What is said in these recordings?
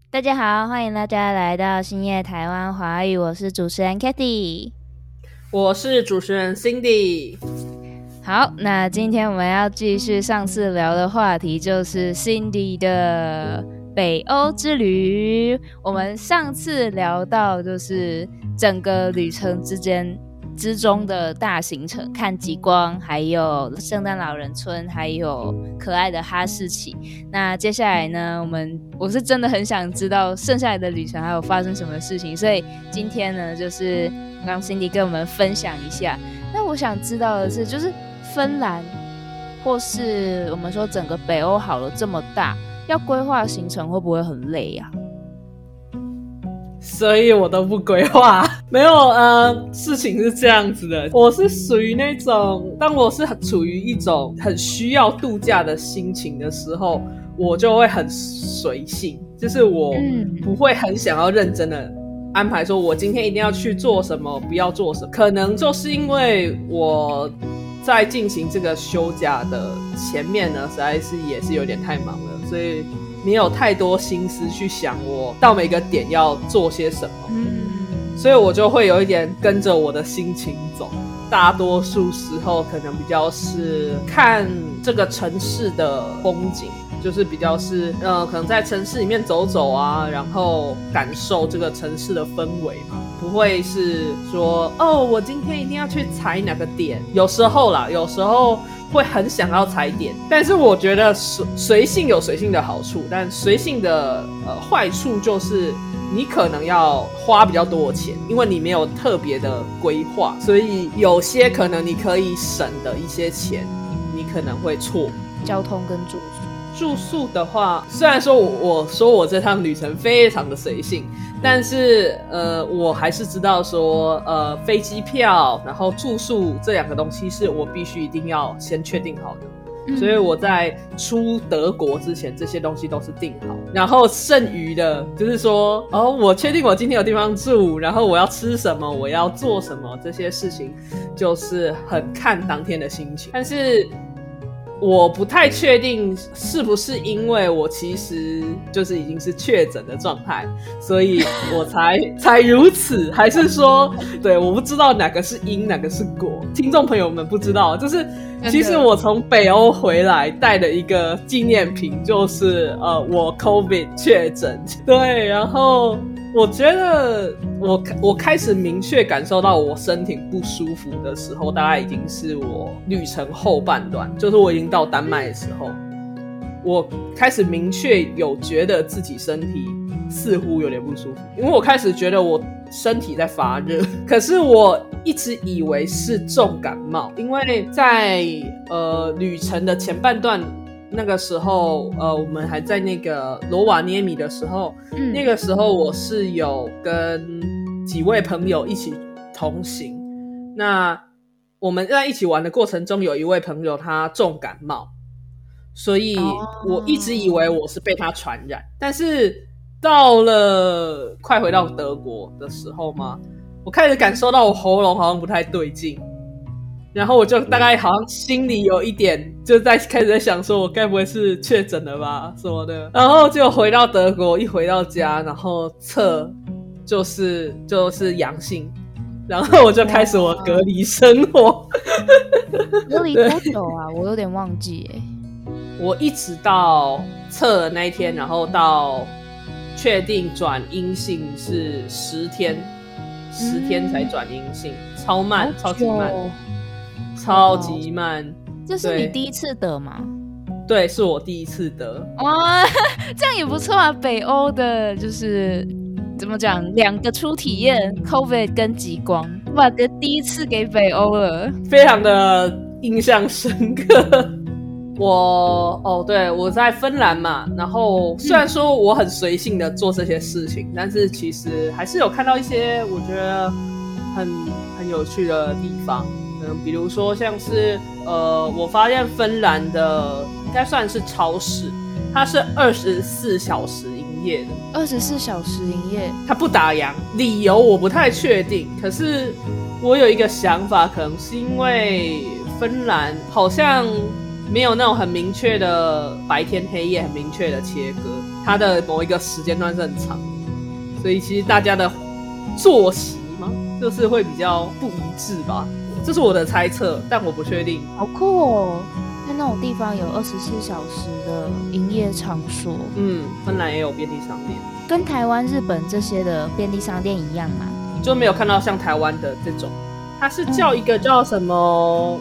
大家好，欢迎大家来到星夜台湾华语，我是主持人 Cathy， 我是主持人 Cindy。 好，那今天我们要继续上次聊的话题，就是 Cindy 的北欧之旅。我们上次聊到就是整个旅程之中的大行程，看极光，还有圣诞老人村，还有可爱的哈士奇。那接下来呢，我是真的很想知道剩下来的旅程还有发生什么事情，所以今天呢，就是让 Cindy 跟我们分享一下。那我想知道的是，就是芬兰，或是我们说整个北欧好了这么大，要规划行程会不会很累啊？ 所以我都不规划，没有事情是这样子的，我是属于那种，当我是处于一种很需要度假的心情的时候，我就会很随性，就是我不会很想要认真的安排说我今天一定要去做什么，不要做什么。可能就是因为我在进行这个休假的前面呢，实在是也是有点太忙了，所以没有太多心思去想我到每个点要做些什么，所以我就会有一点跟着我的心情走。大多数时候可能比较是看这个城市的风景，就是比较是可能在城市里面走走啊，然后感受这个城市的氛围嘛，不会是说我今天一定要去踩哪个点。有时候会很想要踩点，但是我觉得随性有随性的好处，但随性的坏处就是你可能要花比较多的钱，因为你没有特别的规划，所以有些可能你可以省的一些钱，你可能会错。 交通跟住宿的话，虽然说我说我这趟旅程非常的随性，但是我还是知道说飞机票然后住宿这两个东西是我必须一定要先确定好的，所以我在出德国之前这些东西都是定好，然后剩余的就是说我确定我今天有地方住，然后我要吃什么，我要做什么，这些事情就是很看当天的心情。但是我不太确定是不是因为我其实就是已经是确诊的状态，所以我才如此，还是说对，我不知道哪个是因哪个是果，听众朋友们不知道，就是其实我从北欧回来带的一个纪念品就是我 COVID 确诊，对，然后我觉得我开始明确感受到我身体不舒服的时候，大概已经是我旅程后半段，就是我已经到丹麦的时候，我开始明确有觉得自己身体似乎有点不舒服，因为我开始觉得我身体在发热，可是我一直以为是重感冒，因为在旅程的前半段那个时候我们还在那个罗瓦涅米的时候，那个时候我是有跟几位朋友一起同行，那我们在一起玩的过程中，有一位朋友他重感冒，所以我一直以为我是被他传染，但是到了快回到德国的时候嘛，我开始感受到我喉咙好像不太对劲，然后我就大概好像心里有一点就开始在想说我该不会是确诊了吧什么的，然后就回到德国，一回到家然后测就是阳性，然后我就开始我隔离生活。 隔离多久啊？我有点忘记耶。 我一直到测的那一天，然后到确定转阴性是10天才转阴性，超慢，超级慢，超级慢。 这是你第一次得吗？ 对，是我第一次得。 这样也不错啊。北欧的就是怎么讲，两个初体验 COVID 跟极光，哇，第一次给北欧了， 非常的印象深刻。我在芬兰嘛，然后虽然说我很随性的做这些事情，但是其实还是有看到一些我觉得很有趣的地方。比如说像是我发现芬兰的应该算是超市，它是24小时营业的。 24小时营业， 它不打烊，理由我不太确定，可是我有一个想法，可能是因为芬兰好像没有那种很明确的白天黑夜很明确的切割， 它的某一个时间段是很长的，所以其实大家的作息嘛，就是会比较不一致吧，这是我的猜测，但我不确定。 好酷哦，在那种地方有24小时的营业场所。 芬兰也有便利商店，跟台湾、日本这些的便利商店一样吗？ 就没有看到像台湾的这种，它是叫一个叫什么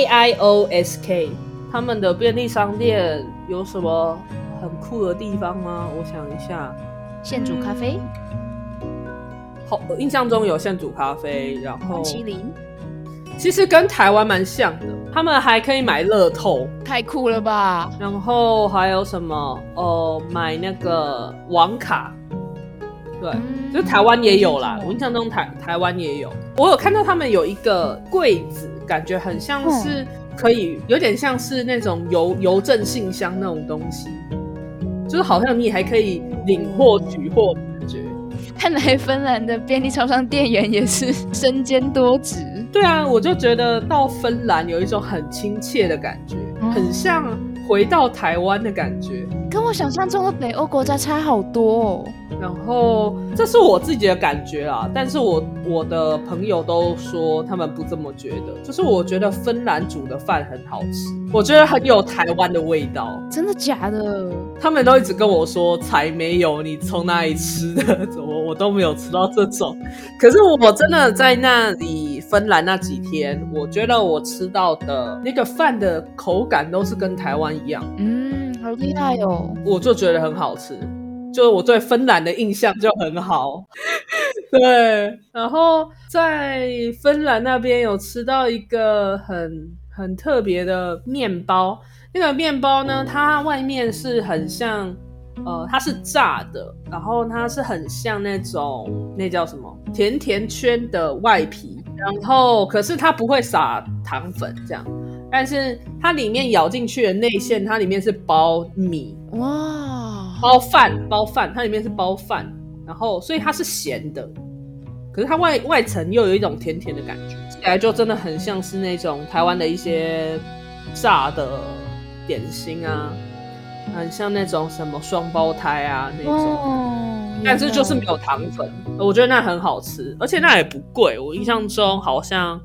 KIOSK， 他们的便利商店有什么很酷的地方吗？我想一下， 现煮咖啡， 好，印象中有现煮咖啡，然后麒麟， 其实跟台湾蛮像的，他们还可以买乐透， 太酷了吧！ 然后还有什么买那个网卡。对，就是台湾也有啦，我印象中台湾也有，我有看到他们有一个柜子，感觉很像是可以，有点像是那种邮政信箱那种东西，就是好像你还可以领货取货的感觉。 看来芬兰的便利超商店员也是身兼多职。 对啊，我就觉得到芬兰有一种很亲切的感觉，很像回到台湾的感觉， 跟我想象中的北欧国家差好多哦。 然后这是我自己的感觉啦，但是我的朋友都说他们不这么觉得，就是我觉得芬兰煮的饭很好吃，我觉得很有台湾的味道。 真的假的？ 他们都一直跟我说才没有，你从哪里吃的？我都没有吃到这种。可是我真的在那里芬兰那几天，我觉得我吃到的那个饭的口感都是跟台湾一样。 好厉害哦！ 我就觉得很好吃。就是我对芬兰的印象就很好。对，然后在芬兰那边有吃到一个很特别的面包，那个面包呢，它外面是很像它是炸的，然后它是很像那种那叫什么甜甜圈的外皮，然后可是它不会撒糖粉这样，但是它里面咬进去的内馅，它里面是包米，哇，包饭，它里面是包饭，然后所以它是咸的，可是它外层又有一种甜甜的感觉，吃起来就真的很像是那种台湾的一些炸的点心啊，很像那种什么双胞胎啊那种，但是就是没有糖粉，我觉得那很好吃，而且那也不贵，我印象中好像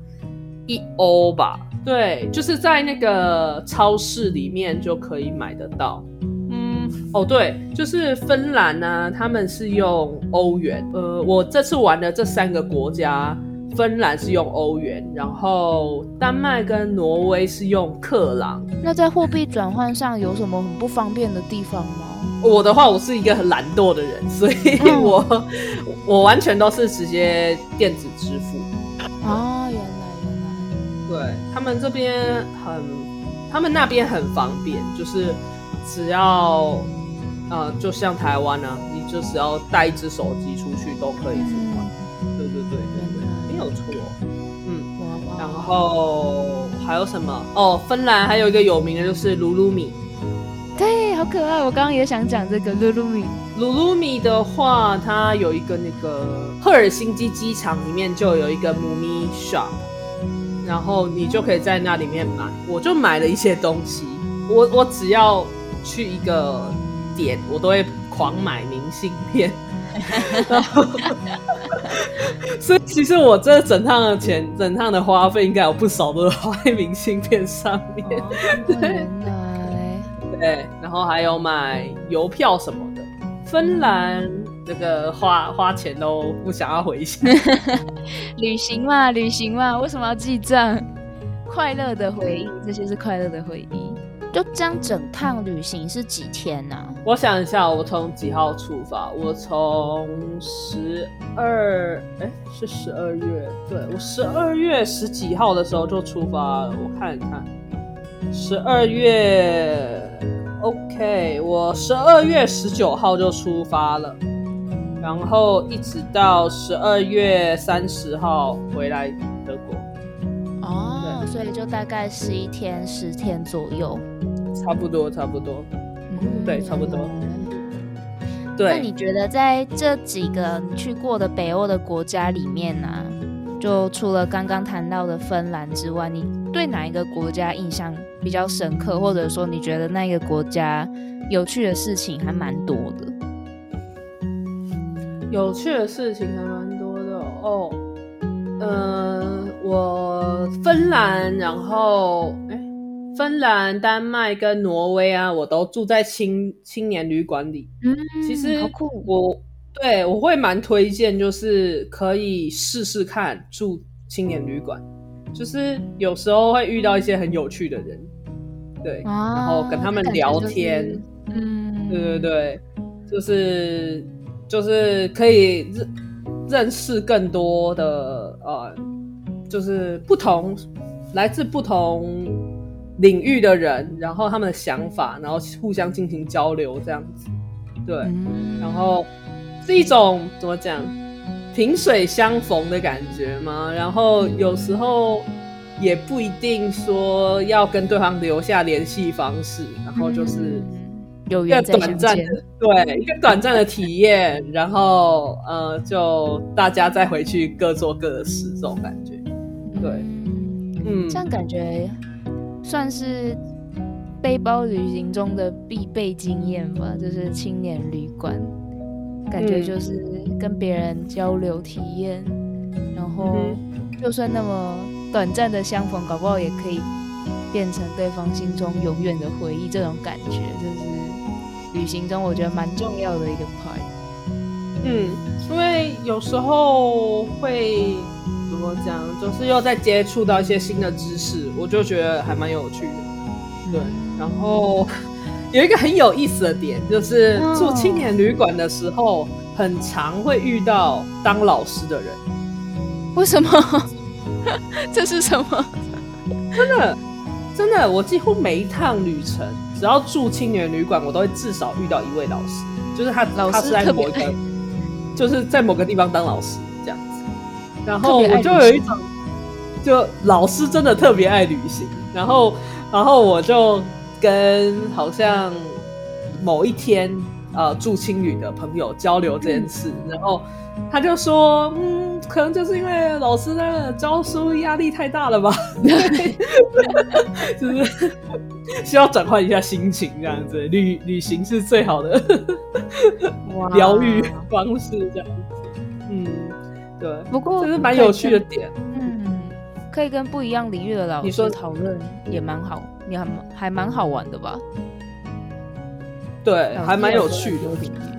1欧吧，对，就是在那个超市里面就可以买得到。对，就是芬兰啊，他们是用欧元，我这次玩的这3个国家，芬兰是用欧元，然后丹麦跟挪威是用克朗。 那在货币转换上有什么很不方便的地方吗？ 我的话，我是一个很懒惰的人，所以我完全都是直接电子支付。 原来， 对，他们这边他们那边很方便，就是只要就像台湾啊，你就只要带一只手机出去都可以付款。对，没有错。然后还有什么？芬兰还有一个有名的就是鲁鲁米。 对，好可爱！我刚刚也想讲这个鲁鲁米。 鲁鲁米的话，它有一个那个赫尔辛基机场里面就有一个 Mumi Shop， 然后你就可以在那里面买。我就买了一些东西，我只要去一个点，我都会狂买明信片。所以其实我这整趟的钱，整趟的花费应该有不少都花在明信片上面。对，然后还有买邮票什么的。芬兰这个花钱都不想要回想。 旅行嘛，为什么要记账？快乐的回忆，这些是快乐的回忆。就这样，整趟旅行是几天啊？ 我想一下，我从几号出发？我从是12月，对，我12月10几号的时候就出发了。我看一看，12月 OK， 我12月19号就出发了，然后一直到12月30号回来德国。 所以就大概11天10天左右， 差不多，对，差不多。对， 那你觉得在这几个你去过的北欧的国家里面啊，就除了刚刚谈到的芬兰之外，你对哪一个国家印象比较深刻，或者说你觉得那个国家有趣的事情还蛮多的。 有趣的事情还蛮多的哦。我芬兰，然后芬兰、丹麦跟挪威啊，我都住在青年旅馆里。其实好酷。 我会蛮推荐，就是可以试试看住青年旅馆，就是有时候会遇到一些很有趣的人，对，然后跟他们聊天，对，就是可以认识更多的就是来自不同领域的人，然后他们的想法，然后互相进行交流这样子，对，然后是一种怎么讲，萍水相逢的感觉嘛。然后有时候也不一定说要跟对方留下联系方式，然后就是有一个短暂的，对，一个短暂的体验，然后就大家再回去各做各的事，这种感觉，对， 这样感觉算是背包旅行中的必备经验吧，就是青年旅馆，感觉就是跟别人交流体验，然后就算那么短暂的相逢，搞不好也可以变成对方心中永远的回忆，这种感觉就是旅行中我觉得蛮重要的一个 part。 因为有时候会怎么讲，就是又在接触到一些新的知识，我就觉得还蛮有趣的。对，然后有一个很有意思的点，就是住青年旅馆的时候，很常会遇到当老师的人。 为什么？这是什么？ 真的，我几乎每一趟旅程，只要住青年旅馆，我都会至少遇到一位老师，就是他是在某一个，就是在某个地方当老师这样子。然后我就有一种，就老师真的特别爱旅行，然后我就跟好像某一天住青旅的朋友交流这件事，然后他就说，可能就是因为老师的教书压力太大了吧，就是需要转换一下心情这样子，旅行是最好的疗愈方式这样子。对，不过这是蛮有趣的点。 可以跟不一样领域的老师讨论，也蛮好，还蛮好玩的吧？ 对，还蛮有趣的。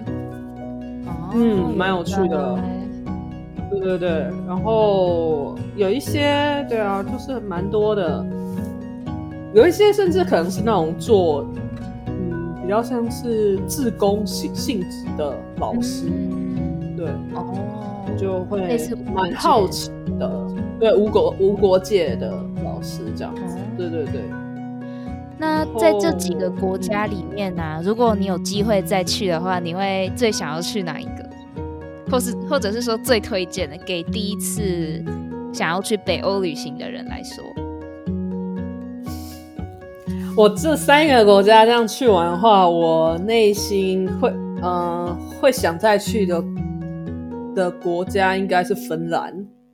蛮有趣的。对，然后有一些，对啊，就是蛮多的，有一些甚至可能是那种做，比较像是志工性质的老师，对，就会蛮好奇的，对，无国界的老师这样子，对。 那在这几个国家里面啊，如果你有机会再去的话，你会最想要去哪一个？或者是说最推荐的，给第一次想要去北欧旅行的人来说。 我这3个国家这样去完的话，我内心会想再去的国家应该是芬兰。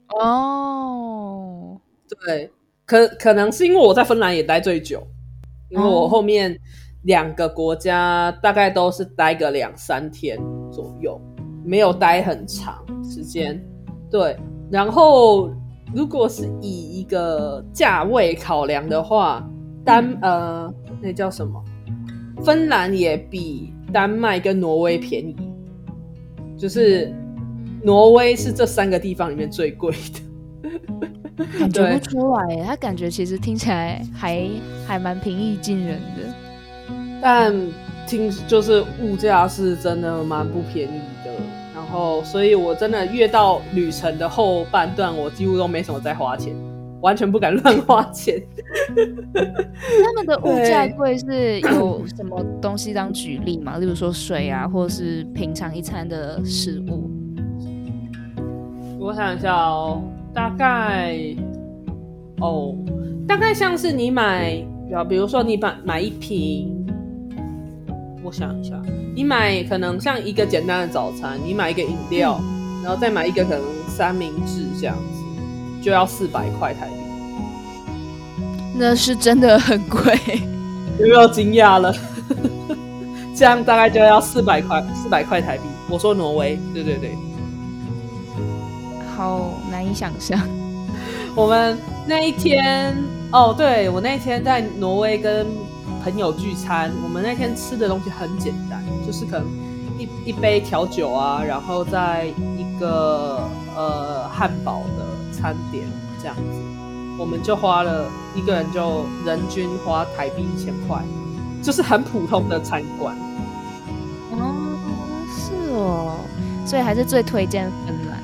对，可能是因为我在芬兰也待最久，因为我后面2个国家大概都是待个2-3天左右，没有待很长时间。对，然后如果是以一个价位考量的话，那叫什么？芬兰也比丹麦跟挪威便宜，就是挪威是这3个地方里面最贵的。 感觉不出来，他感觉其实听起来还蛮平易近人的， 但就是物价是真的蛮不便宜的。然后，所以我真的越到旅程的后半段，我几乎都没什么在花钱，完全不敢乱花钱。 他们的物价贵是有什么东西当举例吗？例如说水啊，或是平常一餐的食物。 我想一下哦，大概像是你买，比如说你买一瓶，我想一下，你买可能像一个简单的早餐，你买一个饮料，然后再买一个可能三明治这样子，就要400块台币。 那是真的很贵， 有没有惊讶了？ 这样大概就要400块台币。我说挪威，对对对， 好难以想象。 我们那一天对，我那一天在挪威跟朋友聚餐，我们那天吃的东西很简单，就是可能一杯调酒啊，然后在一个汉堡的餐点这样子，我们就花了一个人就人均花台币1000块，就是很普通的餐馆。 是哦，所以还是最推荐芬兰。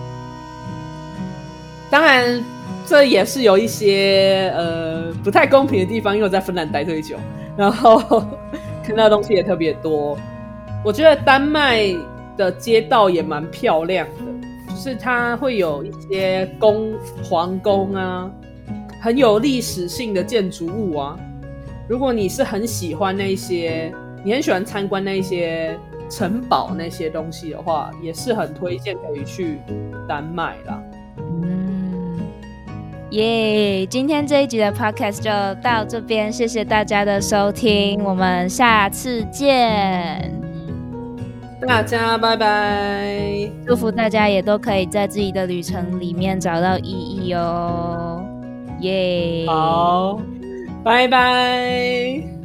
当然这也是有一些不太公平的地方，因为我在芬兰待最久，然后看到的东西也特别多。我觉得丹麦的街道也蛮漂亮的，就是它会有一些皇宫啊，很有历史性的建筑物啊。如果你是很喜欢那些，你很喜欢参观那些城堡那些东西的话，也是很推荐可以去丹麦啦。 耶！今天这一集的 podcast 就到这边，谢谢大家的收听，我们下次见。 大家拜拜， 祝福大家也都可以在自己的旅程里面找到意义哦。耶！ 好，拜拜。